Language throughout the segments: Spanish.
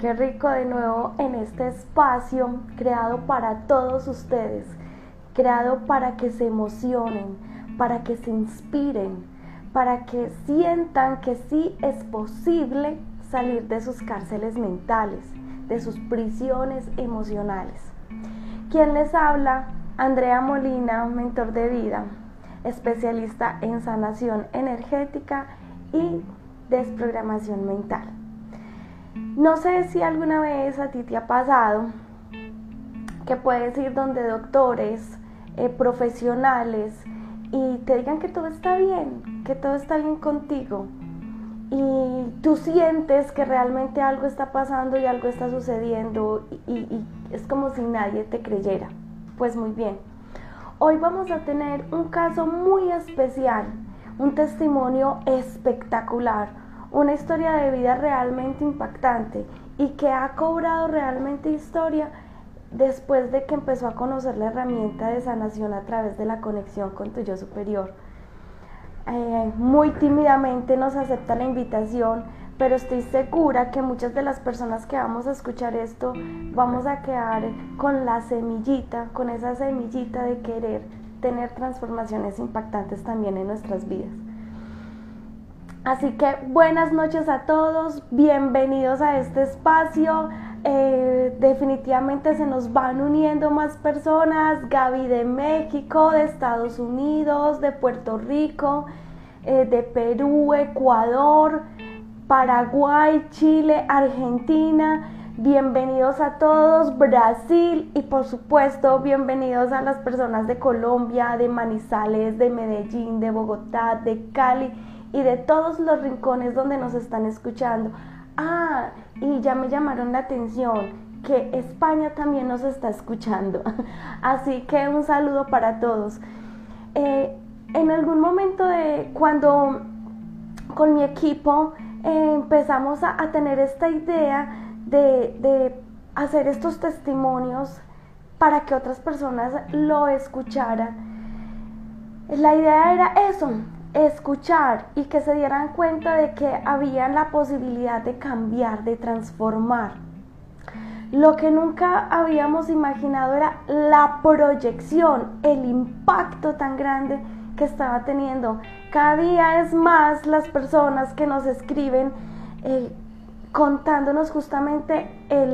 Qué rico de nuevo en este espacio creado para todos ustedes, creado para que se emocionen, para que se inspiren, para que sientan que sí es posible salir de sus cárceles mentales, de sus prisiones emocionales. ¿Quién les habla? Andrea Molina, mentor de vida, especialista en sanación energética y desprogramación mental. No sé si alguna vez a ti te ha pasado que puedes ir donde doctores, profesionales y te digan que todo está bien contigo y tú sientes que realmente algo está pasando y algo está sucediendo y es como si nadie te creyera. Pues muy bien, hoy vamos a tener un caso muy especial, un testimonio espectacular, una historia de vida realmente impactante y que ha cobrado realmente historia después de que empezó a conocer la herramienta de sanación a través de la conexión con tu yo superior. Muy tímidamente nos acepta la invitación, pero estoy segura que muchas de las personas que vamos a escuchar esto vamos a quedar con la semillita, con esa semillita de querer tener transformaciones impactantes también en nuestras vidas. Así que buenas noches a todos, bienvenidos a este espacio. Definitivamente se nos van uniendo más personas, Gaby de México, de Estados Unidos, de Puerto Rico, de Perú, Ecuador, Paraguay, Chile, Argentina. Bienvenidos a todos, Brasil y por supuesto bienvenidos a las personas de Colombia, de Manizales, de Medellín, de Bogotá, de Cali y de todos los rincones donde nos están escuchando. Y ya me llamaron la atención que España también nos está escuchando. Así que un saludo para todos. En algún momento cuando con mi equipo empezamos a tener esta idea de hacer estos testimonios para que otras personas lo escucharan, la idea era eso, escuchar y que se dieran cuenta de que había la posibilidad de cambiar, de transformar. Lo que nunca habíamos imaginado era la proyección, el impacto tan grande que estaba teniendo. Cada día es más las personas que nos escriben contándonos justamente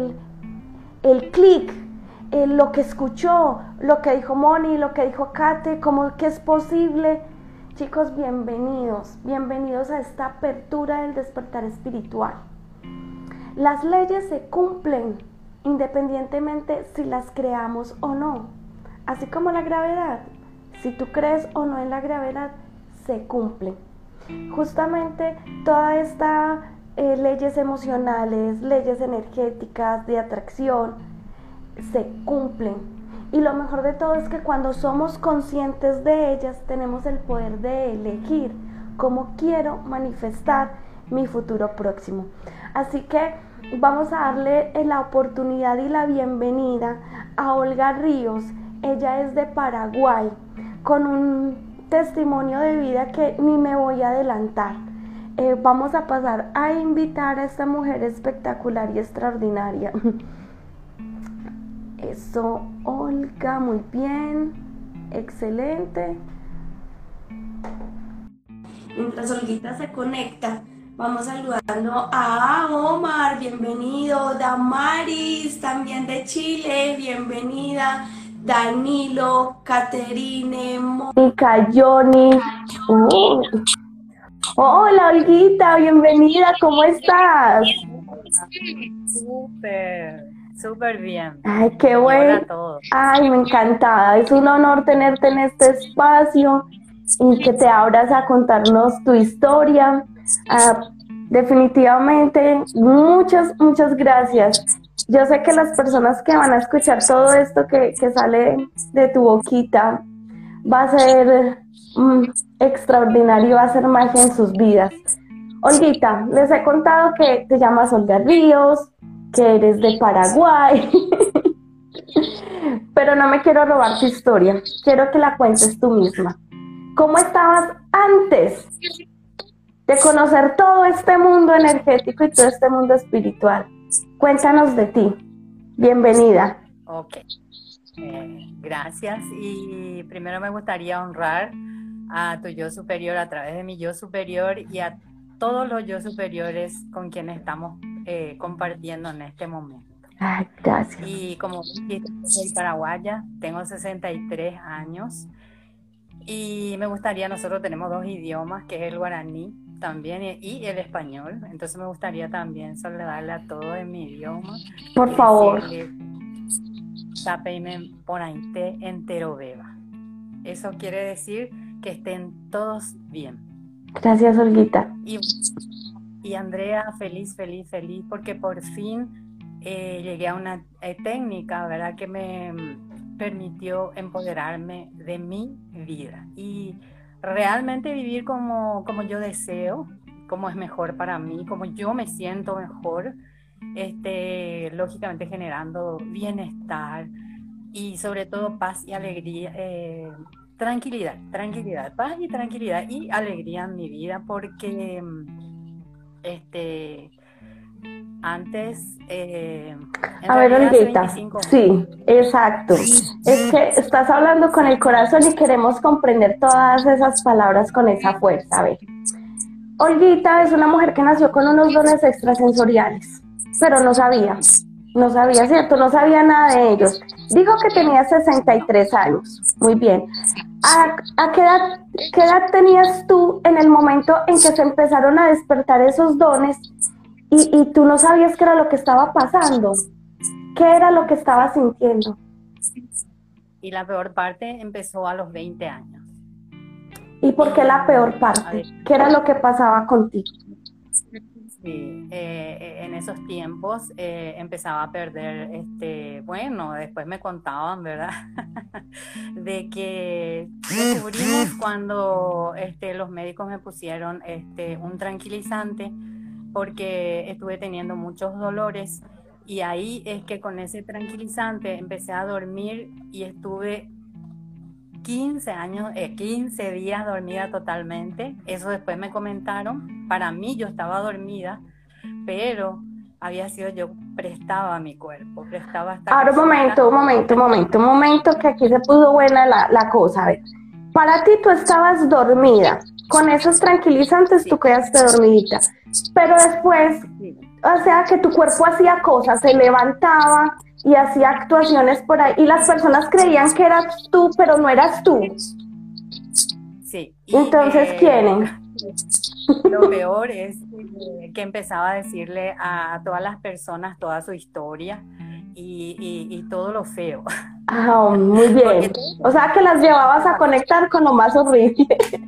el clic, lo que escuchó, lo que dijo Moni, lo que dijo Kate, cómo que es posible. Chicos, bienvenidos a esta apertura del despertar espiritual. Las leyes se cumplen independientemente si las creamos o no, así como la gravedad. Si tú crees o no en la gravedad, se cumple. Justamente toda esta leyes emocionales, leyes energéticas de atracción, se cumplen. Y lo mejor de todo es que cuando somos conscientes de ellas, tenemos el poder de elegir cómo quiero manifestar mi futuro próximo. Así que vamos a darle la oportunidad y la bienvenida a Olga Ríos. Ella es de Paraguay, con un testimonio de vida que ni me voy a adelantar. Vamos a pasar a invitar a esta mujer espectacular y extraordinaria. Eso, Olga, muy bien, excelente. Mientras Olguita se conecta, vamos saludando a Omar, bienvenido, Damaris, también de Chile, bienvenida, Danilo, Caterine, Mónica, Johnny. Hola, Olguita, bienvenida, ¿cómo estás? Súper bien. Ay, qué bueno. Hola a todos. Ay, me encantada. Es un honor tenerte en este espacio y que te abras a contarnos tu historia. Definitivamente, muchas gracias. Yo sé que las personas que van a escuchar todo esto que sale de tu boquita va a ser extraordinario, va a ser magia en sus vidas. Olguita, les he contado que te llamas Olga Ríos, que eres de Paraguay, pero no me quiero robar tu historia, quiero que la cuentes tú misma. ¿Cómo estabas antes de conocer todo este mundo energético y todo este mundo espiritual? Cuéntanos de ti. Bienvenida. Ok, gracias. Y primero me gustaría honrar a tu yo superior a través de mi yo superior y a todos los yo superiores con quienes estamos compartiendo en este momento. Ay, gracias. Y como dijiste, soy paraguaya, tengo 63 años y me gustaría, nosotros tenemos dos idiomas, que es el guaraní también y el español, entonces me gustaría también saludarle a todos en mi idioma. Por favor. Tapeime ponainte entero beba. Eso quiere decir que estén todos bien. Gracias, Olguita. Y Andrea, feliz, porque por fin llegué a una técnica, ¿verdad?, que me permitió empoderarme de mi vida y realmente vivir como yo deseo, como es mejor para mí, como yo me siento mejor, lógicamente generando bienestar y sobre todo paz y alegría, tranquilidad, paz y tranquilidad y alegría en mi vida, porque antes a ver, Olguita, sí, exacto. Es que estás hablando con el corazón y queremos comprender todas esas palabras con esa fuerza. A ver, Olguita es una mujer que nació con unos dones extrasensoriales, pero no sabía, ¿cierto? No sabía nada de ellos. Dijo que tenía 63 años. Muy bien. ¿A qué edad tenías tú en el momento en que se empezaron a despertar esos dones y tú no sabías qué era lo que estaba pasando? ¿Qué era lo que estabas sintiendo? Y la peor parte empezó a los 20 años. ¿Y por qué la peor parte? ¿Qué era lo que pasaba contigo? Sí, en esos tiempos empezaba a perder, bueno, después me contaban, ¿verdad? De que descubrimos cuando los médicos me pusieron un tranquilizante porque estuve teniendo muchos dolores y ahí es que con ese tranquilizante empecé a dormir y estuve 15 días dormida totalmente. Eso después me comentaron. Para mí yo estaba dormida, pero había sido yo, prestaba a mi cuerpo, prestaba hasta... Ahora un momento, que aquí se puso buena la cosa. A ver, para ti tú estabas dormida, con esos tranquilizantes tú quedaste dormidita, pero después, o sea que tu cuerpo hacía cosas, se levantaba y hacía actuaciones por ahí, y las personas creían que eras tú, pero no eras tú. Sí. Entonces, ¿quién? Lo peor es que empezaba a decirle a todas las personas toda su historia y todo lo feo. Ah, muy bien. O sea que las llevabas a conectar con lo más horrible.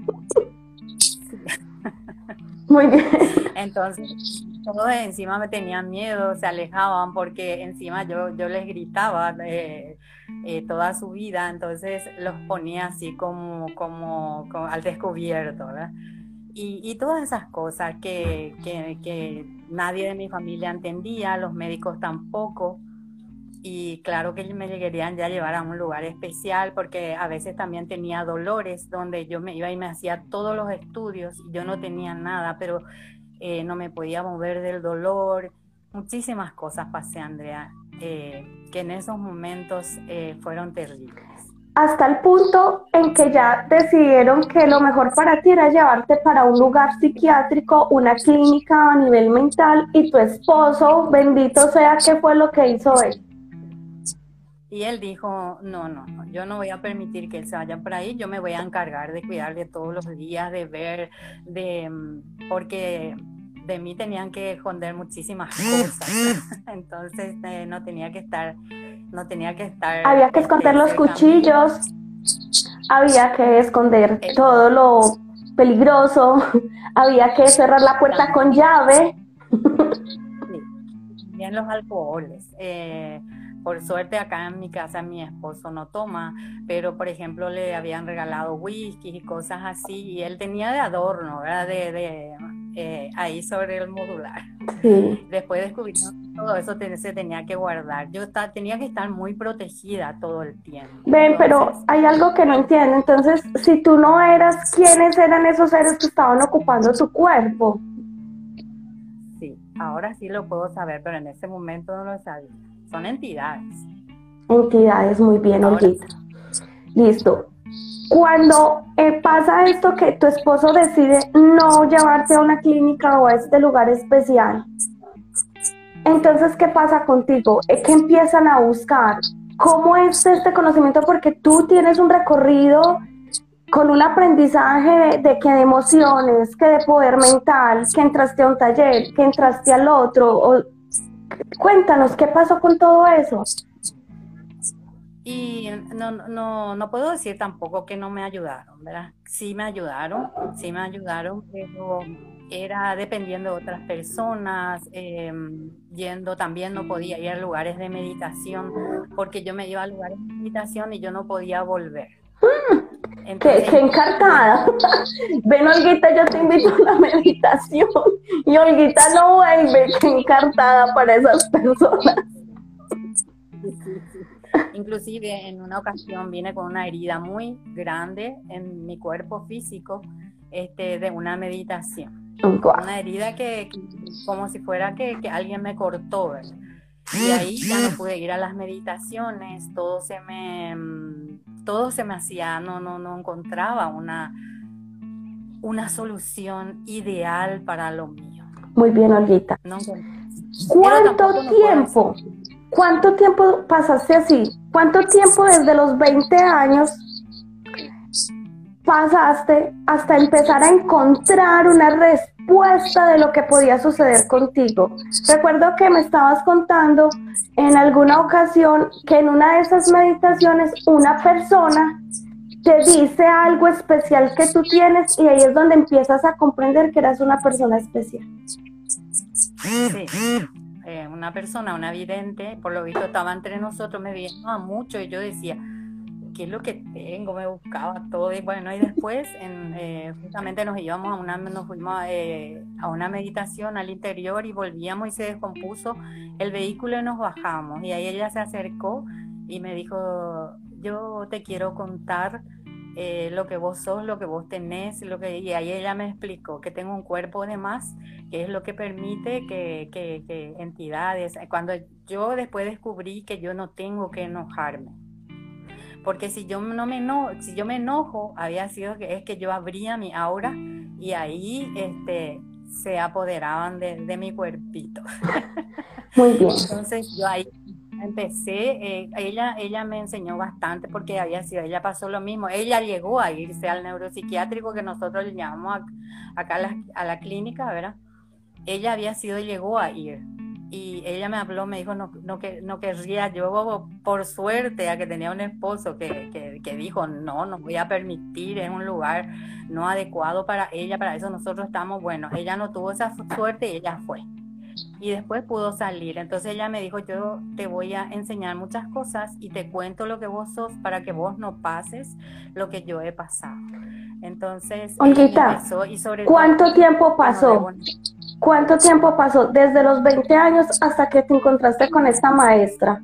Muy bien. Entonces, todos encima me tenían miedo, se alejaban porque encima yo les gritaba toda su vida, entonces los ponía así como al descubierto, ¿verdad? Y todas esas cosas que nadie de mi familia entendía, los médicos tampoco. Y claro que me querían ya llevar a un lugar especial porque a veces también tenía dolores donde yo me iba y me hacía todos los estudios y yo no tenía nada, pero no me podía mover del dolor. Muchísimas cosas pasé, Andrea, que en esos momentos fueron terribles. Hasta el punto en que ya decidieron que lo mejor para ti era llevarte para un lugar psiquiátrico, una clínica a nivel mental, y tu esposo, bendito sea, ¿qué fue lo que hizo él? Y él dijo, no, yo no voy a permitir que él se vaya por ahí, yo me voy a encargar de cuidarle todos los días, de ver, porque de mí tenían que esconder muchísimas cosas. Entonces no tenía que estar. Había que esconder los cuchillos, había que esconder todo lo peligroso, había que cerrar la puerta con llave. Sí, también los alcoholes. Por suerte acá en mi casa mi esposo no toma, pero por ejemplo le habían regalado whisky y cosas así, y él tenía de adorno, ¿verdad? Ahí sobre el modular. Sí. Después descubrí que todo eso se tenía que guardar. Yo tenía que estar muy protegida todo el tiempo. Ven, entonces, pero hay algo que no entiendo. Entonces, si tú no eras, ¿quiénes eran esos seres que estaban ocupando tu cuerpo? Sí, ahora sí lo puedo saber, pero en ese momento no lo sabía. Son entidades. Entidades, muy bien, Ahora Olguita. Listo. Cuando pasa esto que tu esposo decide no llevarte a una clínica o a este lugar especial, entonces, ¿qué pasa contigo? ¿Qué empiezan a buscar? ¿Cómo es este conocimiento? Porque tú tienes un recorrido con un aprendizaje de que de emociones, que de poder mental, que entraste a un taller, que entraste al otro. Cuéntanos, ¿qué pasó con todo eso? y no puedo decir tampoco que no me ayudaron, ¿verdad? Sí me ayudaron, pero era dependiendo de otras personas, yendo también no podía ir a lugares de meditación, porque yo me iba a lugares de meditación y yo no podía volver. Entonces, Qué encartada. Ven, Olguita, yo te invito a una meditación. Y Olguita no vuelve, qué encartada para esas personas. inclusive en una ocasión vine con una herida muy grande en mi cuerpo físico, de una meditación. Wow. Una herida que como si fuera que alguien me cortó, ¿verdad? Y ahí ya no pude ir a las meditaciones, todo se me hacía, no encontraba una solución ideal para lo mío. Muy bien, Olguita. No, ¿Cuánto tiempo pasaste así? ¿Cuánto tiempo desde los 20 años pasaste hasta empezar a encontrar una respuesta de lo que podía suceder contigo? Recuerdo que me estabas contando en alguna ocasión que en una de esas meditaciones una persona te dice algo especial que tú tienes y ahí es donde empiezas a comprender que eras una persona especial. Sí. Una persona, una vidente, por lo visto estaba entre nosotros, me veía mucho y yo decía, ¿qué es lo que tengo? Me buscaba todo y bueno, y después justamente nos fuimos a una meditación al interior y volvíamos y se descompuso el vehículo y nos bajamos y ahí ella se acercó y me dijo, yo te quiero contar lo que vos sos, lo que vos tenés, y ahí ella me explicó que tengo un cuerpo de más, que es lo que permite que entidades, cuando yo después descubrí que yo no tengo que enojarme, porque si yo me enojo, había sido que yo abría mi aura y ahí se apoderaban de mi cuerpito. Muy bien. Entonces yo ahí empecé, ella me enseñó bastante porque ella pasó lo mismo, ella llegó a irse al neuropsiquiátrico que nosotros le llamamos acá a la clínica, ¿verdad? Ella llegó a ir y ella me habló, me dijo no querría, yo por suerte a que tenía un esposo que dijo no voy a permitir, es un lugar no adecuado para ella, para eso nosotros estamos, bueno, ella no tuvo esa suerte y ella fue. Y después pudo salir. Entonces ella me dijo, yo te voy a enseñar muchas cosas y te cuento lo que vos sos para que vos no pases lo que yo he pasado. Entonces, Olguita, ¿cuánto tiempo pasó? ¿Cuánto tiempo pasó desde los 20 años hasta que te encontraste con esta maestra?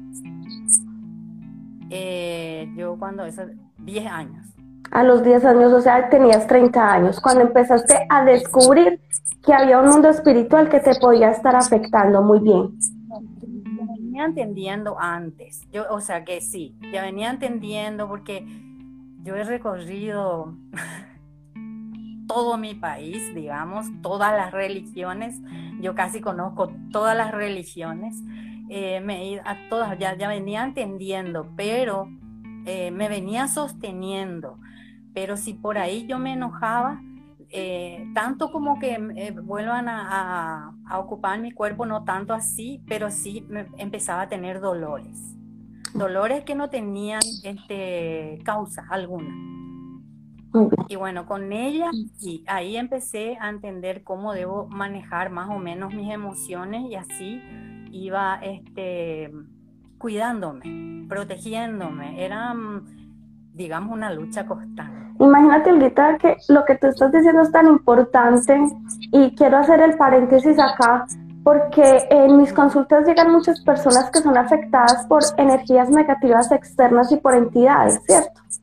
Yo 10 años. A los 10 años, o sea, tenías 30 años, cuando empezaste a descubrir que había un mundo espiritual que te podía estar afectando. Muy bien. Ya venía entendiendo antes, o sea que sí, ya venía entendiendo porque yo he recorrido todo mi país, digamos, todas las religiones, yo casi conozco todas las religiones, me he ido a todas, ya venía entendiendo, pero me venía sosteniendo, pero si por ahí yo me enojaba, tanto como que vuelvan a ocupar mi cuerpo, no tanto así, pero sí empezaba a tener dolores que no tenían causa alguna. Y bueno, con ella sí, ahí empecé a entender cómo debo manejar más o menos mis emociones y así iba cuidándome, protegiéndome. Era, digamos, una lucha constante. Imagínate, Olguita, que lo que tú estás diciendo es tan importante y quiero hacer el paréntesis acá porque en mis consultas llegan muchas personas que son afectadas por energías negativas externas y por entidades, ¿cierto?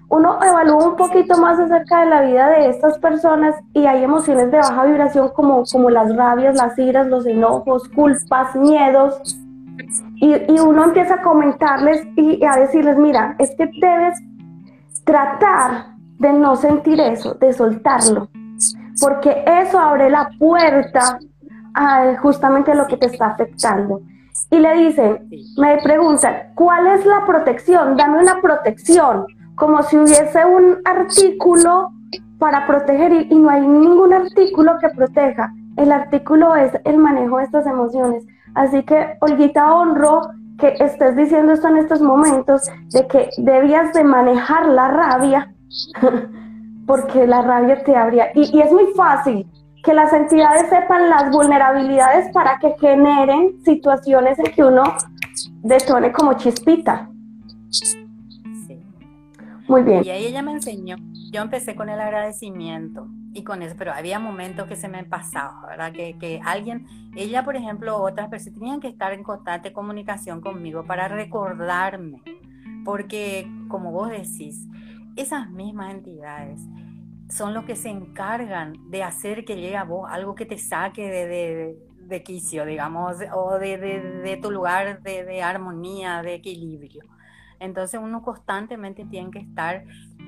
uno evalúa un poquito más acerca de la vida de estas personas y hay emociones de baja vibración como las rabias, las iras, los enojos, culpas, miedos. Y uno empieza a comentarles y a decirles, mira, es que debes tratar de no sentir eso, de soltarlo, porque eso abre la puerta a justamente lo que te está afectando. Y le dicen, me preguntan, ¿cuál es la protección? Dame una protección, como si hubiese un artículo para proteger y no hay ningún artículo que proteja. El artículo es el manejo de estas emociones. Así que, Olguita, honro que estés diciendo esto en estos momentos, de que debías de manejar la rabia, porque la rabia te abría. Y es muy fácil que las entidades sepan las vulnerabilidades para que generen situaciones en que uno detone como chispita. Sí. Muy bien. Y ahí ella me enseñó, yo empecé con el agradecimiento y con eso, pero había momentos que se me pasaba, ¿verdad? Que alguien, ella por ejemplo, otras personas tenían que estar en constante comunicación conmigo para recordarme, porque como vos decís, esas mismas entidades son los que se encargan de hacer que llegue a vos algo que te saque de quicio, digamos, o de tu lugar de armonía, de equilibrio. Entonces uno constantemente tiene que estar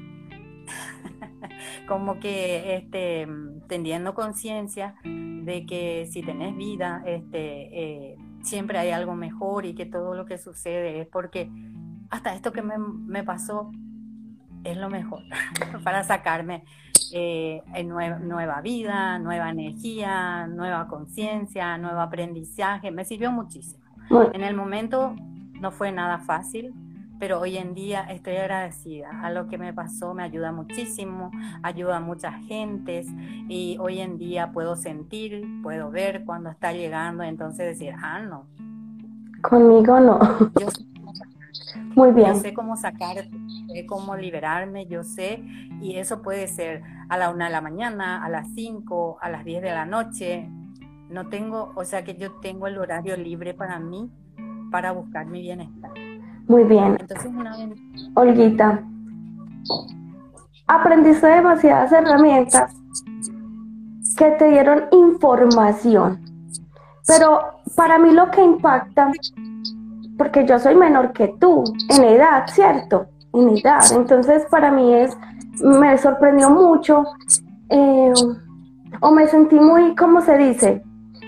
como que teniendo conciencia de que si tenés vida, siempre hay algo mejor y que todo lo que sucede es porque hasta esto que me pasó es lo mejor para sacarme nueva vida, nueva energía, nueva conciencia, nuevo aprendizaje. Me sirvió muchísimo. En el momento no fue nada fácil, pero hoy en día estoy agradecida. A lo que me pasó me ayuda muchísimo, ayuda a muchas gentes y hoy en día puedo sentir, puedo ver cuando está llegando, entonces decir, no. Conmigo no. Muy bien. Yo sé cómo sacar, sé cómo liberarme, yo sé, y eso puede ser a la 1 de la mañana, a las 5, a las 10 de la noche. No tengo, o sea que yo tengo el horario libre para mí, para buscar mi bienestar. Muy bien. Entonces, Olguita, aprendiste demasiadas herramientas que te dieron información, pero para mí lo que impacta, porque yo soy menor que tú, en edad, ¿cierto? En edad, entonces para mí me sorprendió mucho, o me sentí muy, ¿cómo se dice?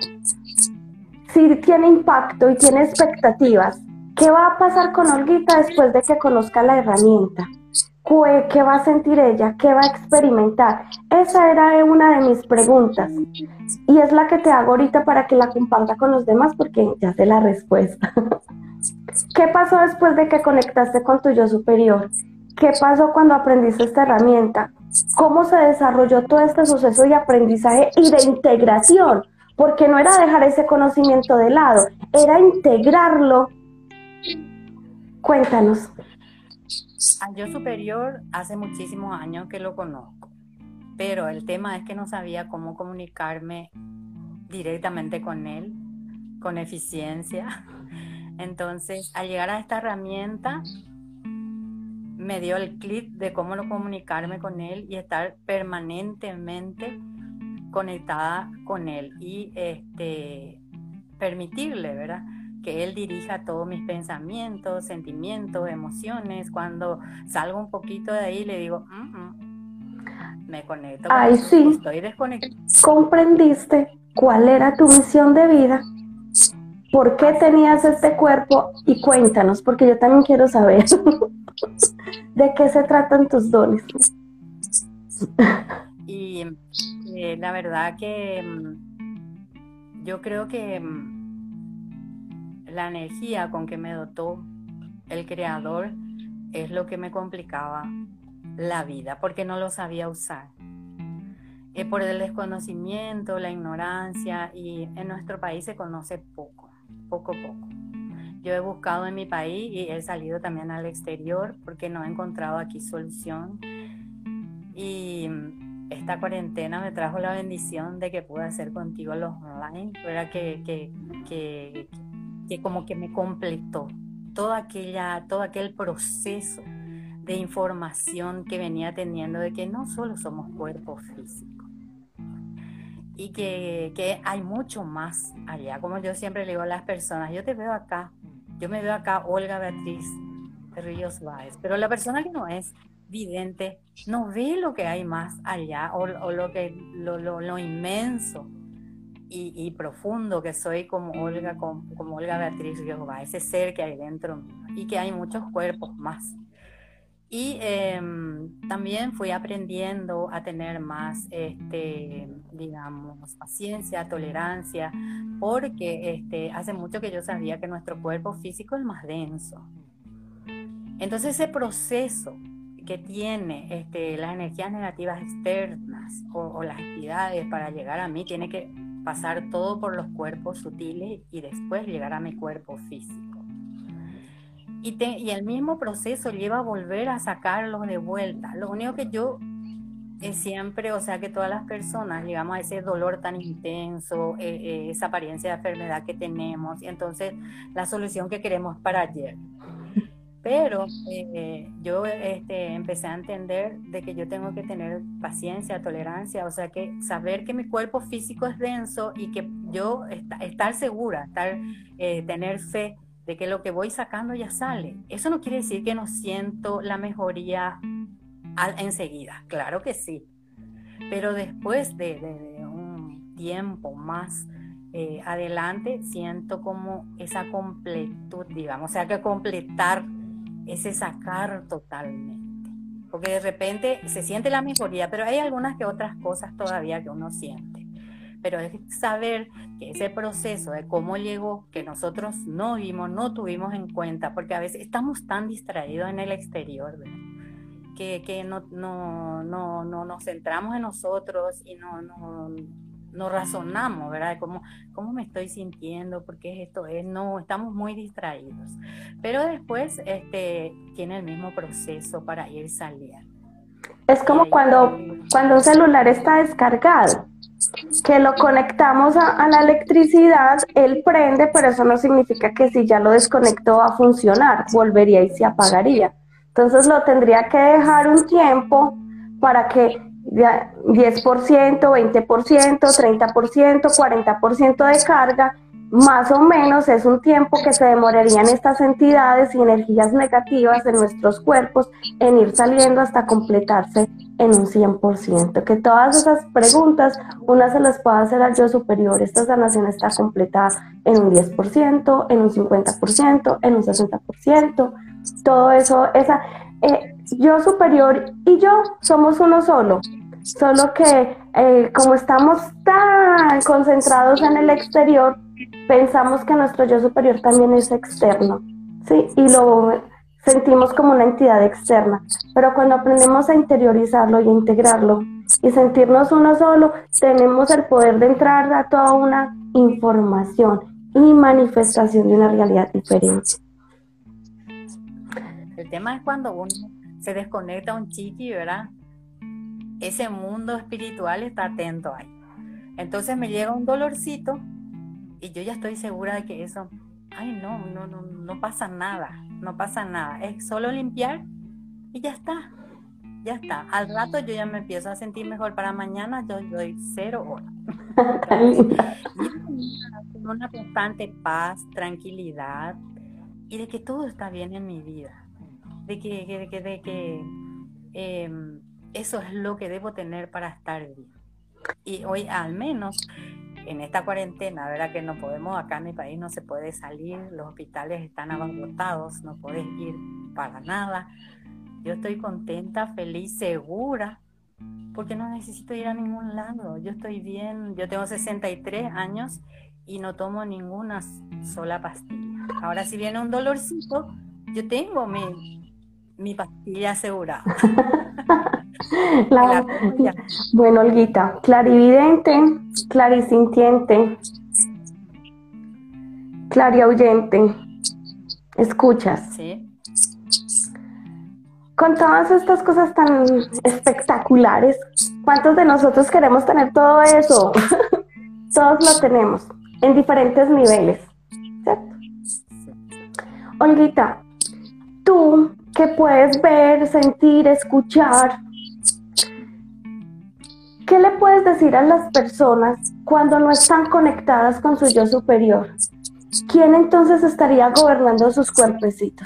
Si tiene impacto y tiene expectativas, ¿qué va a pasar con Olguita después de que conozca la herramienta? ¿Qué va a sentir ella? ¿Qué va a experimentar? Esa era una de mis preguntas y es la que te hago ahorita para que la comparta con los demás porque ya sé la respuesta. ¿Qué pasó después de que conectaste con tu yo superior? ¿Qué pasó cuando aprendiste esta herramienta? ¿Cómo se desarrolló todo este suceso de aprendizaje y de integración? Porque no era dejar ese conocimiento de lado, era integrarlo. Cuéntanos. Al yo superior hace muchísimos años que lo conozco, pero el tema es que no sabía cómo comunicarme directamente con él, con eficiencia. Entonces, al llegar a esta herramienta, me dio el clic de cómo comunicarme con él y estar permanentemente conectada con él y permitirle, ¿verdad?, que él dirija todos mis pensamientos, sentimientos, emociones. Cuando salgo un poquito de ahí, le digo, me conecto. Ay, sí. Estoy desconectada. ¿Comprendiste cuál era tu misión de vida? ¿Por qué tenías este cuerpo? Y cuéntanos, porque yo también quiero saber de qué se tratan tus dones. Y la verdad que yo creo que la energía con que me dotó el creador es lo que me complicaba la vida, porque no lo sabía usar. Por el desconocimiento, la ignorancia, y en nuestro país se conoce poco. Yo he buscado en mi país y he salido también al exterior porque no he encontrado aquí solución. Y esta cuarentena me trajo la bendición de que pude hacer contigo los online, ¿verdad? Que como que me completó todo aquel proceso de información que venía teniendo de que no solo somos cuerpo físico y que hay mucho más allá. Como yo siempre le digo a las personas, yo me veo acá Olga Beatriz Ríos Báez, pero la persona que no es vidente no ve lo que hay más allá o lo inmenso y profundo que soy como Olga Beatriz Ríos Báez, ese ser que hay dentro mío y que hay muchos cuerpos más. Y también fui aprendiendo a tener más, digamos, paciencia, tolerancia, porque hace mucho que yo sabía que nuestro cuerpo físico es más denso. Entonces ese proceso que tiene las energías negativas externas o las actividades para llegar a mí, tiene que pasar todo por los cuerpos sutiles y después llegar a mi cuerpo físico. Y el mismo proceso lleva a volver a sacarlos de vuelta. Lo único que yo siempre, o sea, que todas las personas llegamos a ese dolor tan intenso, esa apariencia de enfermedad que tenemos, y entonces la solución que queremos para ayer. Pero yo empecé a entender de que yo tengo que tener paciencia, tolerancia, o sea, que saber que mi cuerpo físico es denso y que yo estar segura, tener fe de que lo que voy sacando ya sale. Eso no quiere decir que no siento la mejoría enseguida, claro que sí, pero después de un tiempo más adelante siento como esa completud, digamos, o sea, que completar ese sacar totalmente, porque de repente se siente la mejoría, pero hay algunas que otras cosas todavía que uno siente. Pero es saber que ese proceso de cómo llegó, que nosotros no vimos, no tuvimos en cuenta, porque a veces estamos tan distraídos en el exterior, ¿verdad? Que no nos centramos en nosotros y no razonamos, ¿verdad? ¿Cómo me estoy sintiendo? ¿Por qué esto es? No, estamos muy distraídos. Pero después tiene el mismo proceso para ir saliendo. Es como cuando un celular está descargado, que lo conectamos a la electricidad, él prende, pero eso no significa que si ya lo desconectó va a funcionar, volvería y se apagaría. Entonces lo tendría que dejar un tiempo para que 10%, 20%, 30%, 40% de carga, más o menos es un tiempo que se demorarían estas entidades y energías negativas de nuestros cuerpos en ir saliendo hasta completarse en un 100%. Que todas esas preguntas una se las puede hacer al yo superior. Esta sanación está completada en un 10%, en un 50%, en un 60%. Todo eso, yo superior y yo somos uno solo que como estamos tan concentrados en el exterior, pensamos que nuestro yo superior también es externo, ¿sí? Y lo sentimos como una entidad externa. Pero cuando aprendemos a interiorizarlo y a integrarlo y sentirnos uno solo, tenemos el poder de entrar a toda una información y manifestación de una realidad diferente. El tema es cuando uno se desconecta un chiqui, ¿verdad? Ese mundo espiritual está atento ahí. Entonces me llega un dolorcito y yo ya estoy segura de que eso, no pasa nada, no pasa nada. Es solo limpiar y ya está. Al rato yo ya me empiezo a sentir mejor. Para mañana yo doy 0 horas. Con una constante paz, tranquilidad y de que todo está bien en mi vida. De que eso es lo que debo tener para estar bien. Y hoy al menos en esta cuarentena, ¿verdad? Que no podemos, acá en mi país no se puede salir, los hospitales están abarrotados, no puedes ir para nada. Yo estoy contenta, feliz, segura, porque no necesito ir a ningún lado. Yo estoy bien, yo tengo 63 años y no tomo ninguna sola pastilla. Ahora si viene un dolorcito, yo tengo mi pastilla asegurada. Bueno, Olguita, clarividente, clarisintiente, clariauyente, escuchas. Sí. Con todas estas cosas tan espectaculares, ¿cuántos de nosotros queremos tener todo eso? Todos lo tenemos, en diferentes niveles, ¿cierto? Olguita, tú que puedes ver, sentir, escuchar. ¿Qué le puedes decir a las personas cuando no están conectadas con su yo superior? ¿Quién entonces estaría gobernando sus cuerpecitos?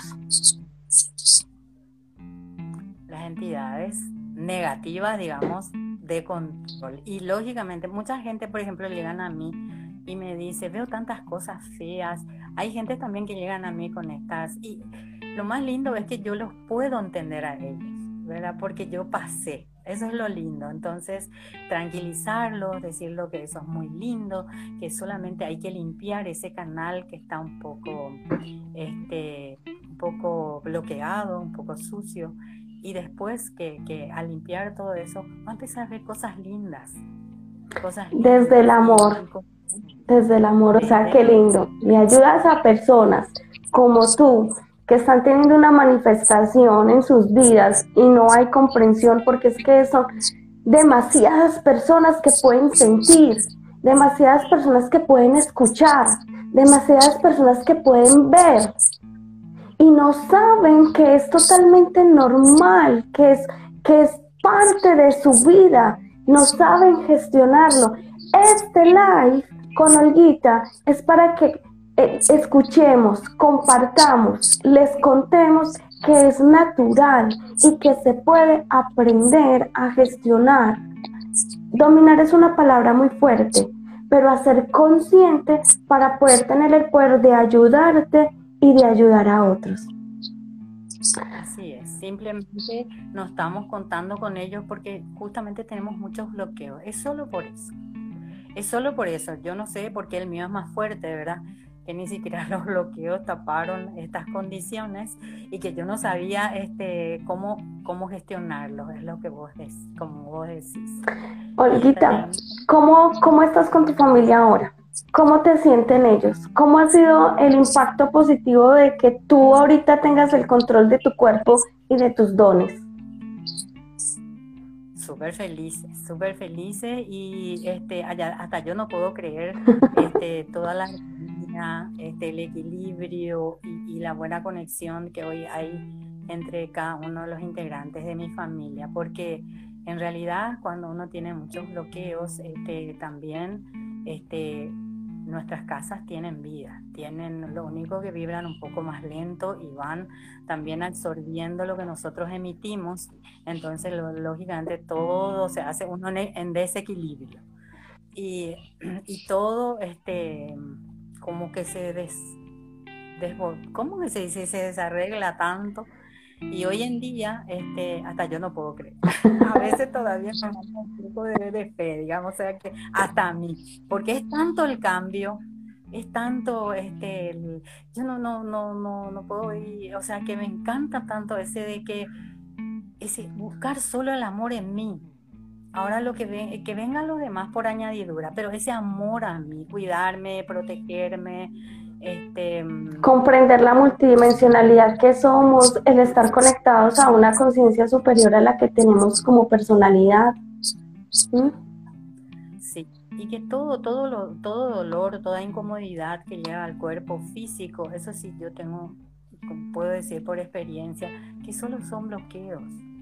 Las entidades negativas, digamos, de control. Y lógicamente, mucha gente, por ejemplo, llegan a mí y me dice, veo tantas cosas feas. Hay gente también que llegan a mí con estas. Y lo más lindo es que yo los puedo entender a ellos, ¿verdad? Porque yo pasé. Eso es lo lindo. Entonces, tranquilizarlos, decirles que eso es muy lindo, que solamente hay que limpiar ese canal que está un poco bloqueado, un poco sucio. Y después que al limpiar todo eso, va a empezar a ver cosas lindas. Desde el amor. Desde el amor, o sea, qué lindo. Le ayudas a personas como tú, que están teniendo una manifestación en sus vidas y no hay comprensión, porque es que son demasiadas personas que pueden sentir, demasiadas personas que pueden escuchar, demasiadas personas que pueden ver y no saben que es totalmente normal, que es parte de su vida, no saben gestionarlo. Este live con Olguita es para que escuchemos, compartamos, les contemos que es natural y que se puede aprender a gestionar. Dominar es una palabra muy fuerte, pero a ser consciente para poder tener el poder de ayudarte y de ayudar a otros. Así es, simplemente no estamos contando con ellos porque justamente tenemos muchos bloqueos. Es solo por eso. Es solo por eso. Yo no sé por qué el mío es más fuerte, ¿verdad? Que ni siquiera los bloqueos taparon estas condiciones y que yo no sabía cómo gestionarlos. Es lo que como vos decís. Olguita, ¿cómo estás con tu familia ahora? ¿Cómo te sienten ellos? ¿Cómo ha sido el impacto positivo de que tú ahorita tengas el control de tu cuerpo y de tus dones? Súper felices y hasta yo no puedo creer toda la armonía, el equilibrio y la buena conexión que hoy hay entre cada uno de los integrantes de mi familia, porque en realidad cuando uno tiene muchos bloqueos, también nuestras casas tienen vida, lo único que vibran un poco más lento y van también absorbiendo lo que nosotros emitimos, entonces lógicamente todo se hace uno en desequilibrio y todo como que ¿cómo que se dice? Se desarregla tanto. Y hoy en día, hasta yo no puedo creer. A veces todavía me da un poco de fe, digamos, o sea que hasta a mí, porque es tanto el cambio, es tanto, yo no puedo ir, o sea que me encanta tanto ese buscar solo el amor en mí. Ahora que vengan los demás por añadidura, pero ese amor a mí, cuidarme, protegerme, comprender la multidimensionalidad que somos, el estar conectados a una conciencia superior a la que tenemos como personalidad. ¿Mm? Sí, y que todo dolor, toda incomodidad que llega al cuerpo físico, eso sí yo puedo decir por experiencia, que solo son bloqueos.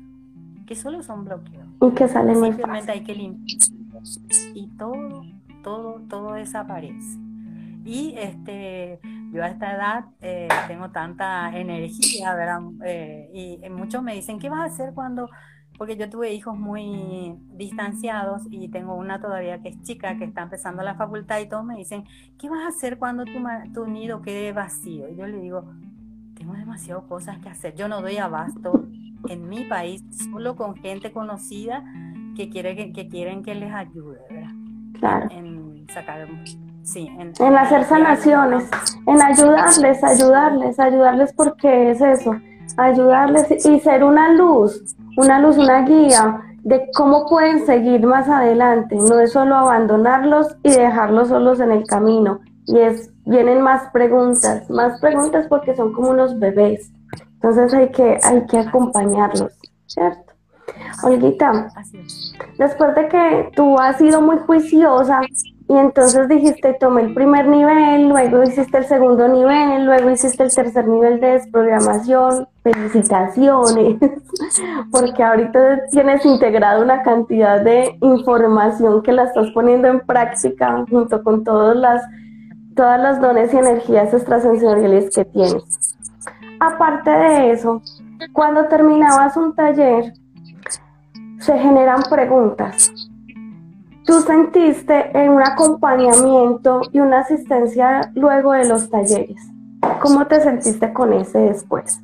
Y que salen muy simplemente hay que limpiar y todo desaparece. Y yo a esta edad tengo tanta energía, ¿verdad? Y muchos me dicen, ¿qué vas a hacer cuando...? Porque yo tuve hijos muy distanciados y tengo una todavía que es chica, que está empezando la facultad y todos me dicen, ¿qué vas a hacer cuando tu nido quede vacío? Y yo le digo, tengo demasiadas cosas que hacer, yo no doy abasto en mi país solo con gente conocida que quieren que les ayude, ¿verdad? Claro. En sacar... Sí, en hacer sanaciones, en ayudarles porque es eso, ayudarles y ser una luz, una guía de cómo pueden seguir más adelante, no es solo abandonarlos y dejarlos solos en el camino, vienen más preguntas porque son como unos bebés, entonces hay que acompañarlos, ¿cierto? Olguita, después de que tú has sido muy juiciosa Y entonces dijiste, tomé el primer nivel, luego hiciste el segundo nivel, luego hiciste el tercer nivel de desprogramación. Felicitaciones, porque ahorita tienes integrado una cantidad de información que la estás poniendo en práctica junto con todas las dones y energías extrasensoriales que tienes. Aparte de eso, cuando terminabas un taller, se generan preguntas. ¿Tú sentiste un acompañamiento y una asistencia luego de los talleres? ¿Cómo te sentiste con ese después?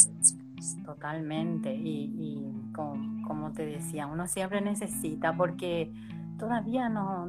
Totalmente, y como te decía, uno siempre necesita, porque todavía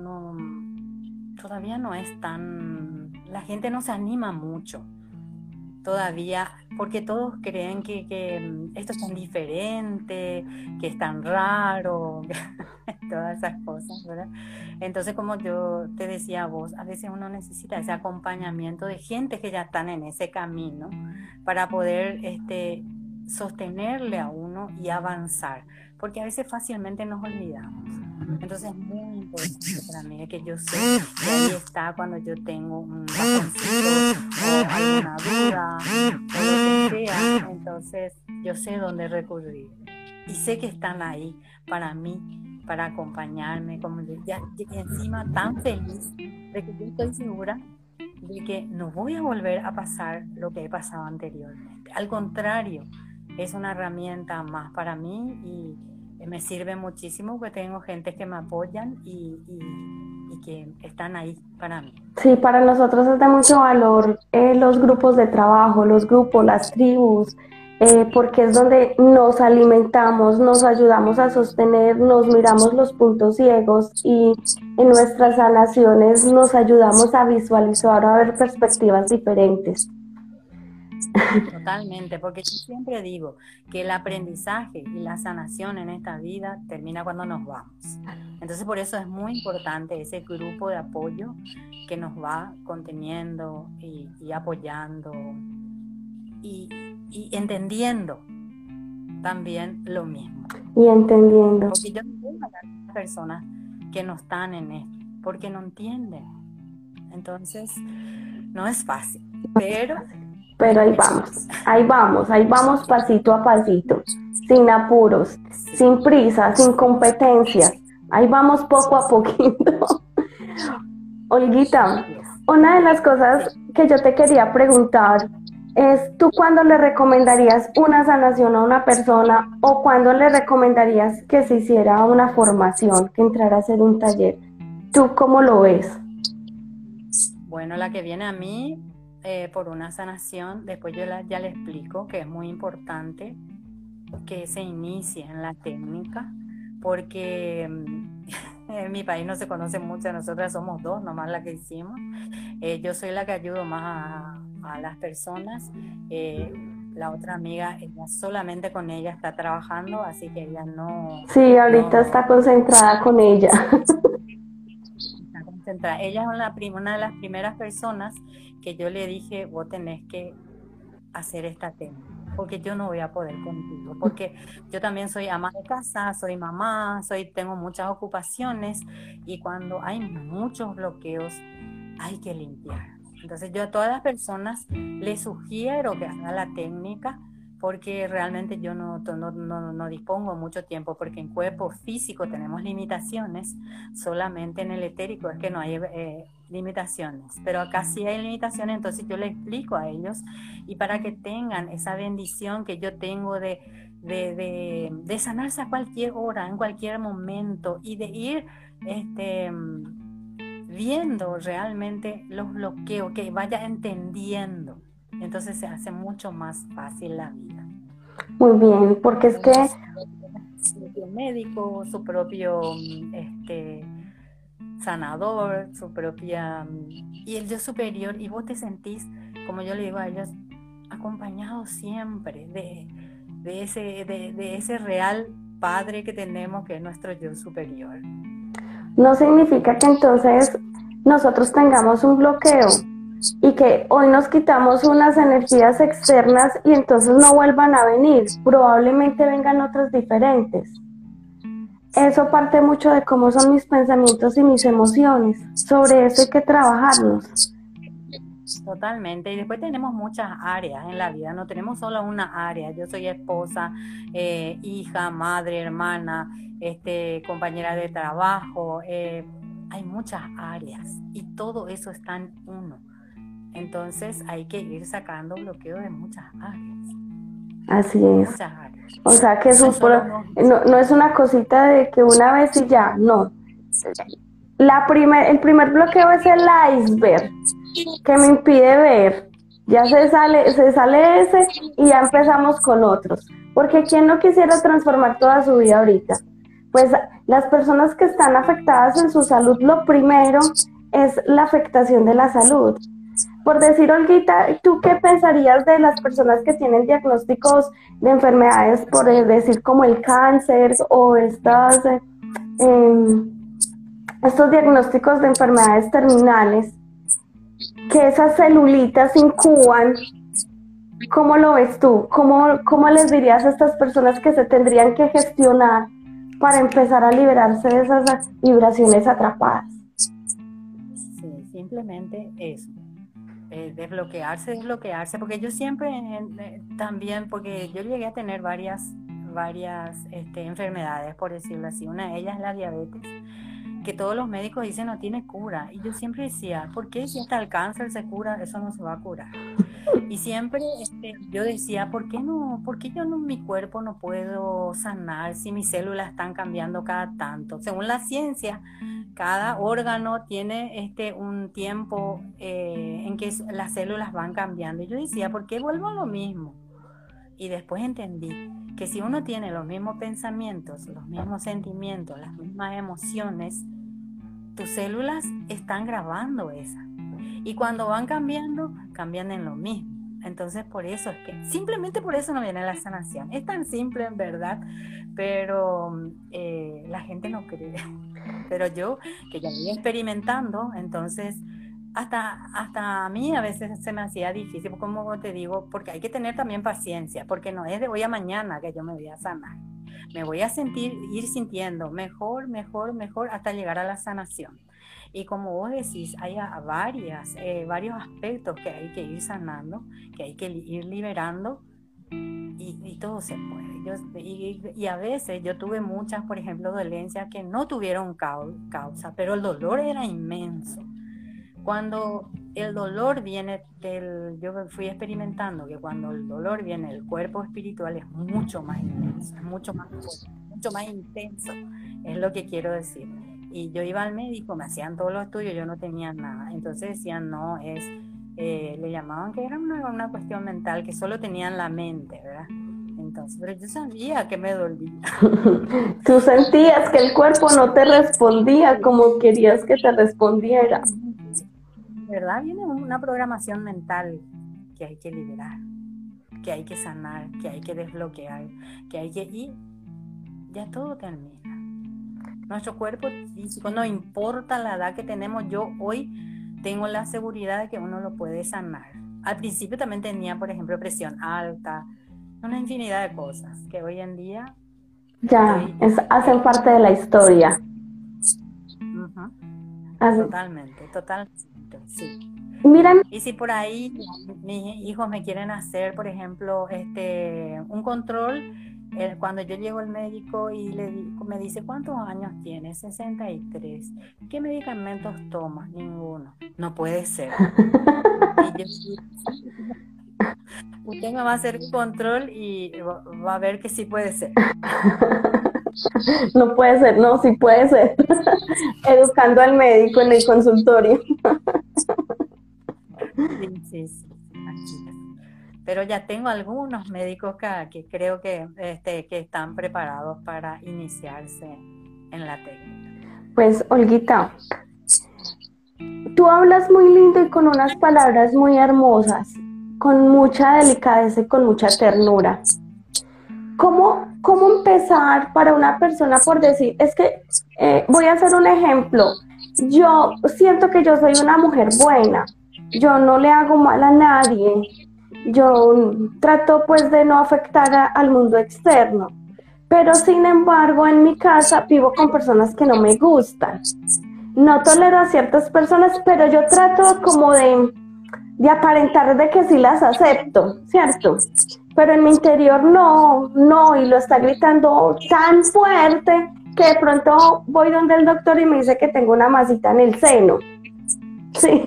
todavía no es tan, la gente no se anima mucho todavía, porque todos creen que esto es tan diferente, que es tan raro, todas esas cosas, ¿verdad? Entonces, como yo te decía a vos, a veces uno necesita ese acompañamiento de gente que ya están en ese camino para poder sostenerle a uno y avanzar, porque a veces fácilmente nos olvidamos. Entonces es muy importante para mí que yo sé que ahí está cuando yo tengo un bajoncito o alguna duda o lo que sea, entonces yo sé dónde recurrir y sé que están ahí para mí, para acompañarme, como ya encima tan feliz de que yo estoy segura de que no voy a volver a pasar lo que he pasado anteriormente. Al contrario, es una herramienta más para mí y me sirve muchísimo porque tengo gente que me apoyan y que están ahí para mí. Sí, para nosotros es de mucho valor los grupos de trabajo, los grupos, las tribus, porque es donde nos alimentamos, nos ayudamos a sostener, nos miramos los puntos ciegos y en nuestras sanaciones nos ayudamos a visualizar, a ver perspectivas diferentes. Totalmente, porque yo siempre digo que el aprendizaje y la sanación en esta vida termina cuando nos vamos. Entonces por eso es muy importante ese grupo de apoyo que nos va conteniendo y apoyando y entendiendo también lo mismo. Y entendiendo. Porque yo no veo a las personas que no están en esto, porque no entienden. Entonces no es fácil, pero ahí vamos pasito a pasito, sin apuros, sin prisa, sin competencias, ahí vamos poco a poquito. Olguita, una de las cosas que yo te quería preguntar es, ¿tú cuándo le recomendarías una sanación a una persona o cuándo le recomendarías que se hiciera una formación, que entrara a hacer un taller? ¿Tú cómo lo ves? Bueno, la que viene a mí por una sanación, después yo ya le explico que es muy importante que se inicie en la técnica, porque en mi país no se conoce mucho, nosotras somos dos, nomás la que hicimos. Yo soy la que ayudo más a las personas. La otra amiga, ella solamente con ella está trabajando, así que ella no... Sí, ahorita está concentrada con ella. Está concentrada. Ella es una de las primeras personas que yo le dije, vos tenés que hacer esta técnica, porque yo no voy a poder contigo, porque yo también soy ama de casa, soy mamá, tengo muchas ocupaciones y cuando hay muchos bloqueos hay que limpiar. Entonces yo a todas las personas les sugiero que hagan la técnica, porque realmente yo no dispongo mucho tiempo, porque en cuerpo físico tenemos limitaciones, solamente en el etérico es que no hay limitaciones, pero acá sí hay limitaciones, entonces yo les explico a ellos, y para que tengan esa bendición que yo tengo de sanarse a cualquier hora, en cualquier momento, y de ir viendo realmente los bloqueos, que vaya entendiendo. Entonces se hace mucho más fácil la vida. Muy bien, porque es que su propio médico, su propio sanador, su propia y el yo superior, y vos te sentís, como yo le digo a ellos, acompañado siempre de ese real padre que tenemos, que es nuestro yo superior. No significa que entonces nosotros tengamos un bloqueo y que hoy nos quitamos unas energías externas y entonces no vuelvan a venir, probablemente vengan otras diferentes. eso parte mucho de cómo son mis pensamientos y mis emociones. Sobre eso hay que trabajarnos. Totalmente. Y después tenemos muchas áreas en la vida, no tenemos solo una área. Yo soy esposa, hija, madre, hermana, compañera de trabajo. Hay muchas áreas y todo eso está en uno. Entonces hay que ir sacando bloqueo de muchas áreas. Así es. Muchas áreas. O sea que eso no es una cosita de que una vez y ya, no. El primer bloqueo es el iceberg que me impide ver. Ya se sale ese y ya empezamos con otros. Porque ¿quién no quisiera transformar toda su vida ahorita? Pues las personas que están afectadas en su salud, lo primero es la afectación de la salud. Por decir, Olguita, ¿tú qué pensarías de las personas que tienen diagnósticos de enfermedades, por decir, como el cáncer o estos diagnósticos de enfermedades terminales, que esas celulitas incuban? ¿Cómo lo ves tú? ¿Cómo les dirías a estas personas que se tendrían que gestionar para empezar a liberarse de esas vibraciones atrapadas? Sí, simplemente eso. Desbloquearse, porque yo siempre también, porque yo llegué a tener varias enfermedades, por decirlo así. Una de ellas es la diabetes, que todos los médicos dicen no tiene cura, y yo siempre decía, ¿por qué si hasta el cáncer se cura, eso no se va a curar? Y siempre yo decía, ¿por qué yo mi cuerpo no puedo sanar si mis células están cambiando cada tanto? Según la ciencia, cada órgano tiene un tiempo en que las células van cambiando. Y yo decía, ¿por qué vuelvo a lo mismo? Y después entendí que si uno tiene los mismos pensamientos, los mismos sentimientos, las mismas emociones, tus células están grabando esa. Y cuando van cambiando, cambian en lo mismo. Entonces, por eso es que, simplemente por eso no viene la sanación. Es tan simple, en verdad, pero la gente no cree. Pero yo, que ya voy experimentando, entonces, hasta a mí a veces se me hacía difícil, como te digo, porque hay que tener también paciencia, porque no es de hoy a mañana que yo me voy a sanar. Me voy a ir sintiendo mejor, hasta llegar a la sanación. Y como vos decís, hay varios aspectos que hay que ir sanando, que hay que ir liberando, y todo se puede. Y a veces yo tuve muchas, por ejemplo, dolencias que no tuvieron causa, pero el dolor era inmenso. Cuando el dolor viene yo fui experimentando que cuando el dolor viene del cuerpo espiritual es mucho más inmenso, es mucho más fuerte, mucho más intenso, es lo que quiero decir. Y yo iba al médico, me hacían todos los estudios, yo no tenía nada. Entonces decían, no, le llamaban que era una cuestión mental, que solo tenían la mente, ¿verdad? Entonces, pero yo sabía que me dolía. Tú sentías que el cuerpo no te respondía como querías que te respondiera. ¿Verdad? Viene una programación mental que hay que liberar, que hay que sanar, que hay que desbloquear, que hay que ir. Ya todo termina. Nuestro cuerpo físico, no importa la edad que tenemos, yo hoy tengo la seguridad de que uno lo puede sanar. Al principio también tenía, por ejemplo, presión alta, una infinidad de cosas que hoy en día hacen parte de la historia. Totalmente, sí. Miren. Y si por ahí mis hijos me quieren hacer, por ejemplo, un control, cuando yo llego al médico y me dice, ¿cuántos años tienes? 63. ¿Qué medicamentos tomas? Ninguno. No puede ser. Usted me va a hacer un control y va a ver que sí puede ser. No puede ser, no, sí puede ser. Educando al médico en el consultorio. Sí. Pero ya tengo algunos médicos que creo que están preparados para iniciarse en la técnica. Pues, Olguita, tú hablas muy lindo y con unas palabras muy hermosas, con mucha delicadeza y con mucha ternura. ¿Cómo empezar para una persona por decir, es que voy a hacer un ejemplo, yo siento que yo soy una mujer buena, yo no le hago mal a nadie, yo trato pues de no afectar al mundo externo, Pero sin embargo, en mi casa vivo con personas que no me gustan. No tolero a ciertas personas, pero yo trato como de aparentar de que sí las acepto, ¿cierto? Pero en mi interior no, y lo está gritando tan fuerte que de pronto voy donde el doctor y me dice que tengo una masita en el seno. Sí.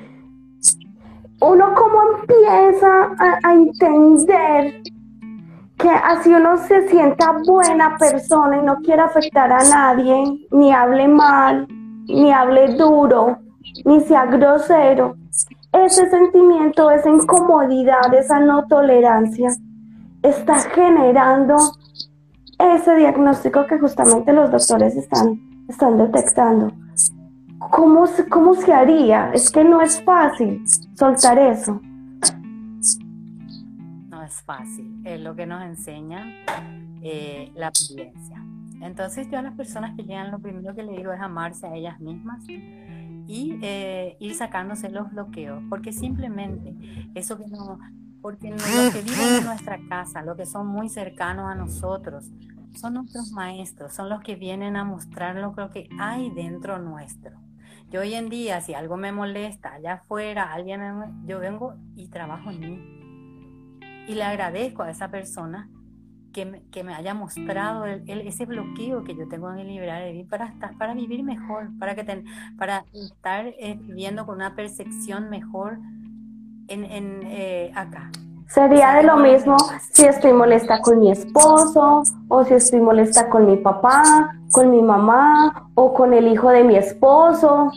Uno como empieza a entender que así uno se sienta buena persona y no quiere afectar a nadie, ni hable mal, ni hable duro, ni sea grosero, ese sentimiento, esa incomodidad, esa no tolerancia, está generando ese diagnóstico que justamente los doctores están detectando. ¿Cómo se haría? Es que no es fácil soltar eso. No es fácil, es lo que nos enseña la paciencia. Entonces yo a las personas que llegan, lo primero que les digo es amarse a ellas mismas y ir sacándose los bloqueos, porque simplemente eso que no, porque los que viven en nuestra casa, los que son muy cercanos a nosotros, son nuestros maestros, son los que vienen a mostrarnos lo que hay dentro nuestro. Yo hoy en día, si algo me molesta allá afuera, yo vengo y trabajo en mí. Y le agradezco a esa persona que me haya mostrado ese bloqueo que yo tengo en el libre de vivir para vivir mejor, para estar viviendo con una percepción mejor acá. Sería de lo mismo si estoy molesta con mi esposo, o si estoy molesta con mi papá, con mi mamá, o con el hijo de mi esposo.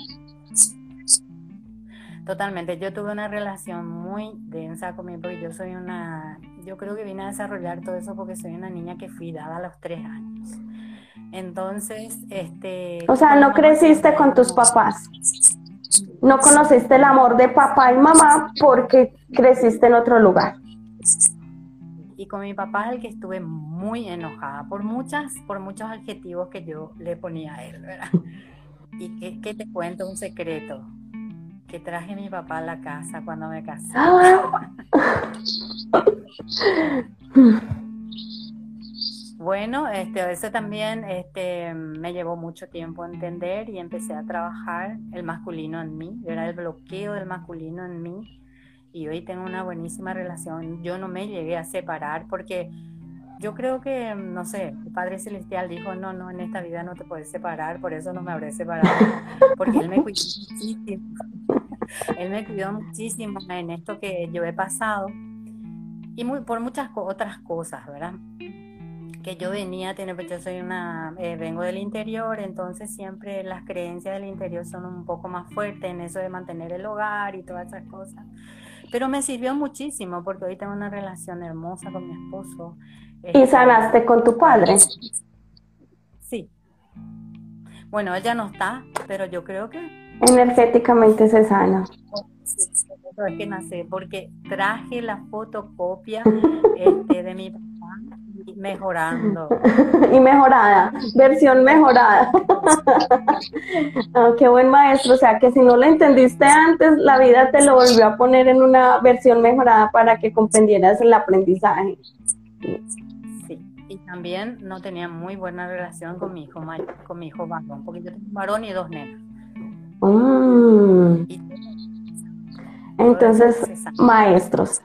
Totalmente, yo tuve una relación muy densa conmigo porque yo creo que vine a desarrollar todo eso porque soy una niña que fui dada a los 3 años. Entonces, o sea, no creciste con tus papás, no conociste el amor de papá y mamá porque creciste en otro lugar. Y con mi papá es el que estuve muy enojada por muchos adjetivos que yo le ponía a él, ¿verdad? Y que te cuento un secreto. Que traje a mi papá a la casa cuando me casé. Bueno, eso también me llevó mucho tiempo a entender y empecé a trabajar el masculino en mí, era el bloqueo del masculino en mí y hoy tengo una buenísima relación. Yo no me llegué a separar porque yo creo que, no sé, el Padre Celestial dijo, no, en esta vida no te puedes separar, por eso no me habré separado, porque Él me cuidó muchísimo. Él me cuidó muchísimo en esto que yo he pasado y por muchas otras cosas, ¿verdad? Que yo vengo del interior, entonces siempre las creencias del interior son un poco más fuertes en eso de mantener el hogar y todas esas cosas. Pero me sirvió muchísimo porque hoy tengo una relación hermosa con mi esposo. ¿Y sanaste con tu padre? Sí. Bueno, él ya no está, pero yo creo que energéticamente se sana. Sí, es que nací porque traje la fotocopia de mi papá mejorando. Y mejorada, versión mejorada. Oh, qué buen maestro, o sea que si no lo entendiste antes, la vida te lo volvió a poner en una versión mejorada para que comprendieras el aprendizaje. Sí, y también no tenía muy buena relación con mi hijo mayor, con mi hijo varón, porque yo tengo un varón y 2 nenas. Entonces, maestros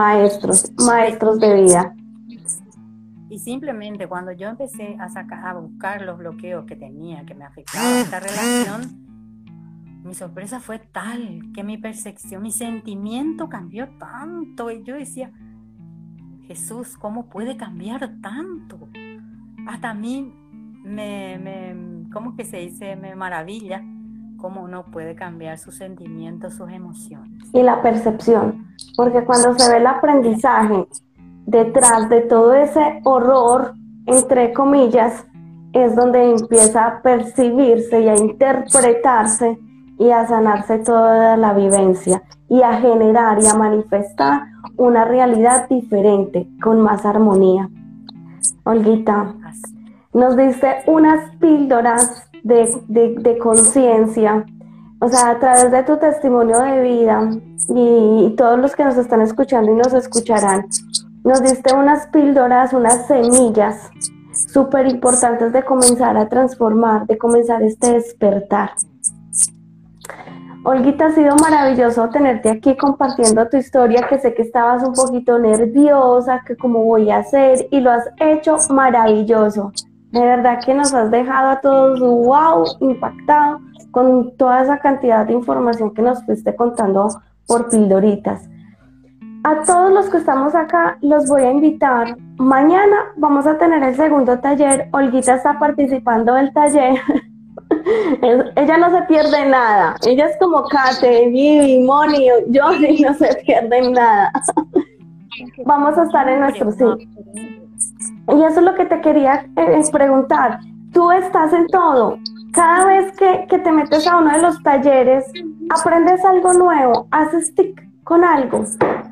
de vida. Y simplemente cuando yo empecé a buscar los bloqueos que tenía, que me afectaban esta relación, mi sorpresa fue tal que mi percepción, mi sentimiento cambió tanto. Y yo decía, Jesús, ¿cómo puede cambiar tanto? Hasta a mí ¿cómo que se dice? Me maravilla cómo uno puede cambiar sus sentimientos, sus emociones. Y la percepción, porque cuando se ve el aprendizaje detrás de todo ese horror, entre comillas, es donde empieza a percibirse y a interpretarse y a sanarse toda la vivencia y a generar y a manifestar una realidad diferente, con más armonía. Olguita, nos diste unas píldoras de conciencia, o sea, a través de tu testimonio de vida y todos los que nos están escuchando y nos escucharán, nos diste unas píldoras, unas semillas súper importantes de comenzar a transformar, de comenzar este despertar. Olguita, ha sido maravilloso tenerte aquí compartiendo tu historia, que sé que estabas un poquito nerviosa, que cómo voy a hacer, y lo has hecho maravilloso. De verdad que nos has dejado a todos wow, impactado con toda esa cantidad de información que nos fuiste contando por pildoritas. A todos los que estamos acá los voy a invitar. Mañana vamos a tener el segundo taller. Olguita está participando del taller. Ella no se pierde nada. Ella es como Kate, Vivi, Moni, Johnny, no se pierden nada. Vamos a estar en nuestro sitio. Y eso es lo que te quería preguntar. Tú estás en todo. Cada vez que te metes a uno de los talleres, aprendes algo nuevo, haces tic con algo.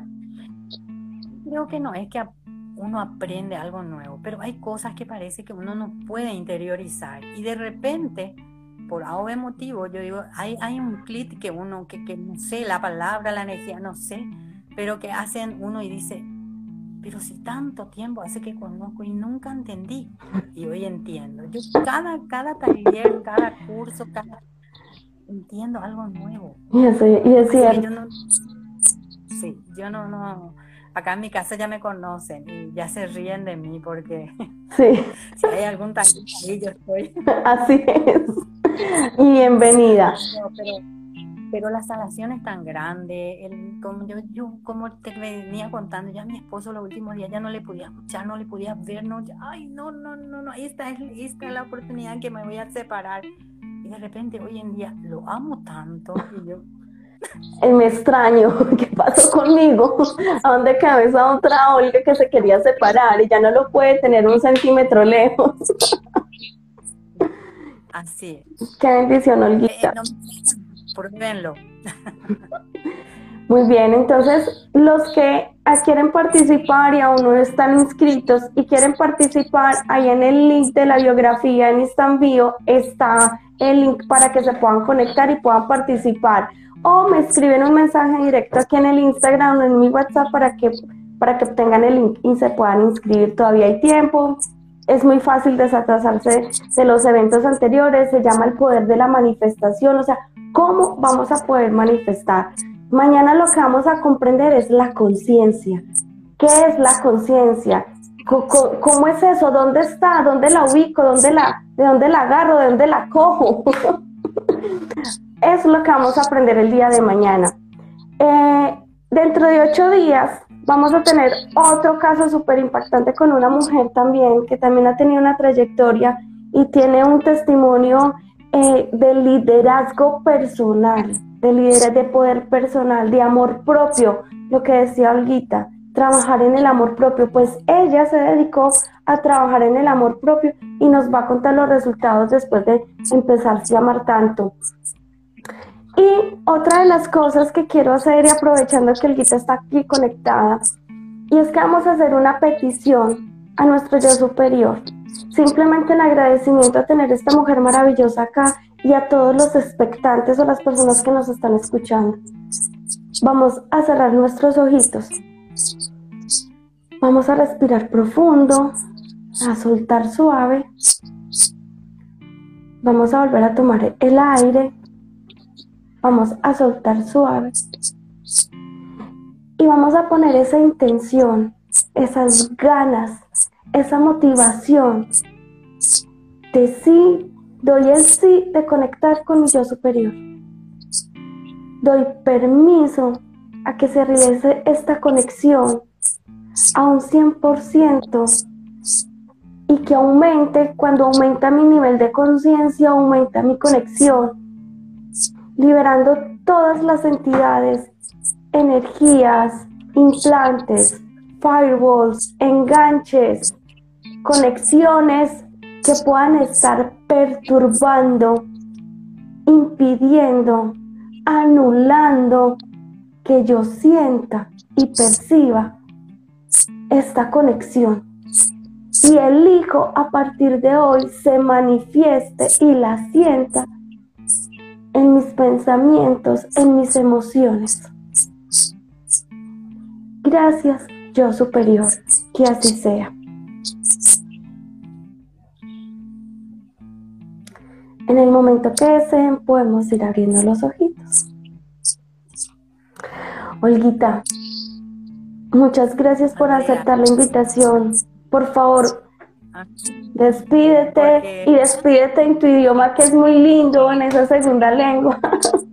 Creo que no es que uno aprende algo nuevo, pero hay cosas que parece que uno no puede interiorizar y de repente, por algún motivo, yo digo, hay un clic que uno, que no sé, la palabra, la energía, no sé, pero que hacen uno y dice, pero si tanto tiempo hace que conozco y nunca entendí, y hoy entiendo. Yo cada taller, cada curso, entiendo algo nuevo. Y es cierto. Yo no, acá en mi casa ya me conocen y ya se ríen de mí porque sí. Si hay algún taller ahí, yo estoy. Así es. Y bienvenida. Pero la sanación es tan grande, como te venía contando, ya mi esposo los últimos días ya no le podía escuchar, no le podía ver, no, esta es la oportunidad que me voy a separar. Y de repente hoy en día lo amo tanto y yo... Me extraño, ¿qué pasó conmigo? ¿A dónde quedó esa otra Olga que se quería separar y ya no lo puede tener un centímetro lejos? Así es. Qué bendición, Olguita. Pruébenlo. Muy bien, entonces los que quieren participar y aún no están inscritos y quieren participar, ahí en el link de la biografía en Instant Bio está el link para que se puedan conectar y puedan participar. O me escriben un mensaje directo aquí en el Instagram o en mi WhatsApp para que obtengan el link y se puedan inscribir. Todavía hay tiempo. Es muy fácil desatrasarse de los eventos anteriores. Se llama el poder de la manifestación. O sea, ¿cómo vamos a poder manifestar? Mañana lo que vamos a comprender es la conciencia. ¿Qué es la conciencia? ¿Cómo es eso? ¿Dónde está? ¿Dónde la ubico? ¿De dónde la agarro? ¿De dónde la cojo? Es lo que vamos a aprender el día de mañana. Dentro de 8 días vamos a tener otro caso súper impactante con una mujer también, que también ha tenido una trayectoria y tiene un testimonio de liderazgo personal, de poder personal, de amor propio, lo que decía Olguita, trabajar en el amor propio. Pues ella se dedicó a trabajar en el amor propio y nos va a contar los resultados después de empezarse a amar tanto. Y otra de las cosas que quiero hacer, y aprovechando que Olguita está aquí conectada, y es que vamos a hacer una petición a nuestro yo superior, simplemente en agradecimiento a tener esta mujer maravillosa acá y a todos los expectantes o las personas que nos están escuchando. Vamos a cerrar nuestros ojitos, vamos a respirar profundo, a soltar suave, vamos a volver a tomar el aire. Vamos a soltar suave y vamos a poner esa intención, esas ganas, esa motivación de sí, doy el sí de conectar con mi yo superior. Doy permiso a que se realice esta conexión a un 100% y que aumente, cuando aumenta mi nivel de conciencia, aumenta mi conexión, liberando todas las entidades, energías, implantes, firewalls, enganches, conexiones que puedan estar perturbando, impidiendo, anulando que yo sienta y perciba esta conexión. Y elijo a partir de hoy se manifieste y la sienta en mis pensamientos, en mis emociones. Gracias, yo superior, que así sea. En el momento que deseen, podemos ir abriendo los ojitos. Olguita, muchas gracias por aceptar la invitación. Por favor, despídete y despídete en tu idioma, que es muy lindo, en esa segunda lengua.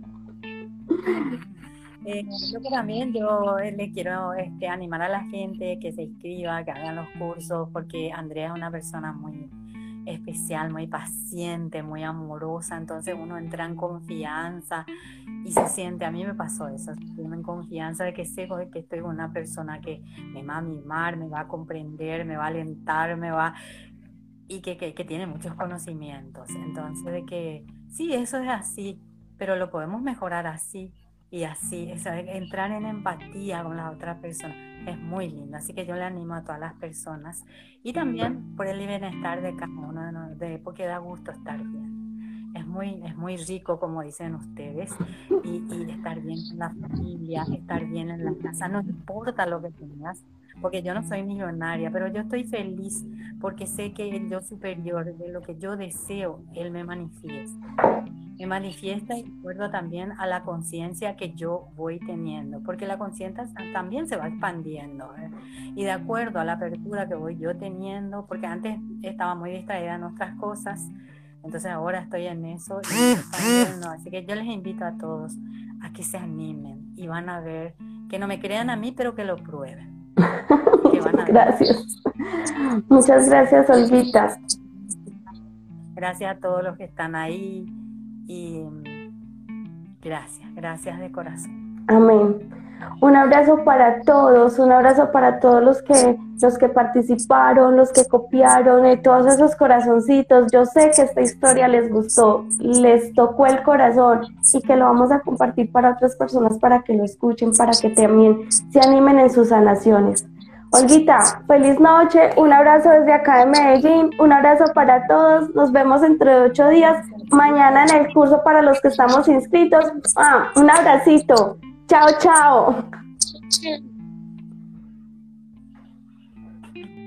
Yo también le quiero animar a la gente que se inscriba, que hagan los cursos, porque Andrea es una persona muy especial, muy paciente, muy amorosa, entonces uno entra en confianza y se siente, a mí me pasó eso, en confianza de que sé que estoy con una persona que me va a mimar, me va a comprender, me va a alentar, y que tiene muchos conocimientos, entonces de que sí, eso es así, pero lo podemos mejorar así y así, entrar en empatía con la otra persona es muy lindo, así que yo le animo a todas las personas y también por el bienestar de cada uno, porque da gusto estar bien, es muy rico, como dicen ustedes, y estar bien con la familia, estar bien en la casa, no importa lo que tengas, porque yo no soy millonaria, pero yo estoy feliz porque sé que el yo superior, de lo que yo deseo, él me manifiesta y de acuerdo también a la conciencia que yo voy teniendo, porque la conciencia también se va expandiendo, ¿eh? Y de acuerdo a la apertura que voy yo teniendo, porque antes estaba muy distraída en otras cosas, entonces ahora estoy en eso y expandiendo, así que yo les invito a todos a que se animen y van a ver, que no me crean a mí, pero que lo prueben. Que van a ver. Gracias. Muchas gracias, Olguita. Gracias a todos los que están ahí y gracias de corazón. Amén. Un abrazo para todos, un abrazo para todos los que participaron, los que copiaron, todos esos corazoncitos. Yo sé que esta historia les gustó, les tocó el corazón y que lo vamos a compartir para otras personas para que lo escuchen, para que también se animen en sus sanaciones. Olguita, feliz noche, un abrazo desde acá de Medellín, un abrazo para todos, nos vemos dentro de 8 días, mañana en el curso para los que estamos inscritos. Un abracito, chao, chao.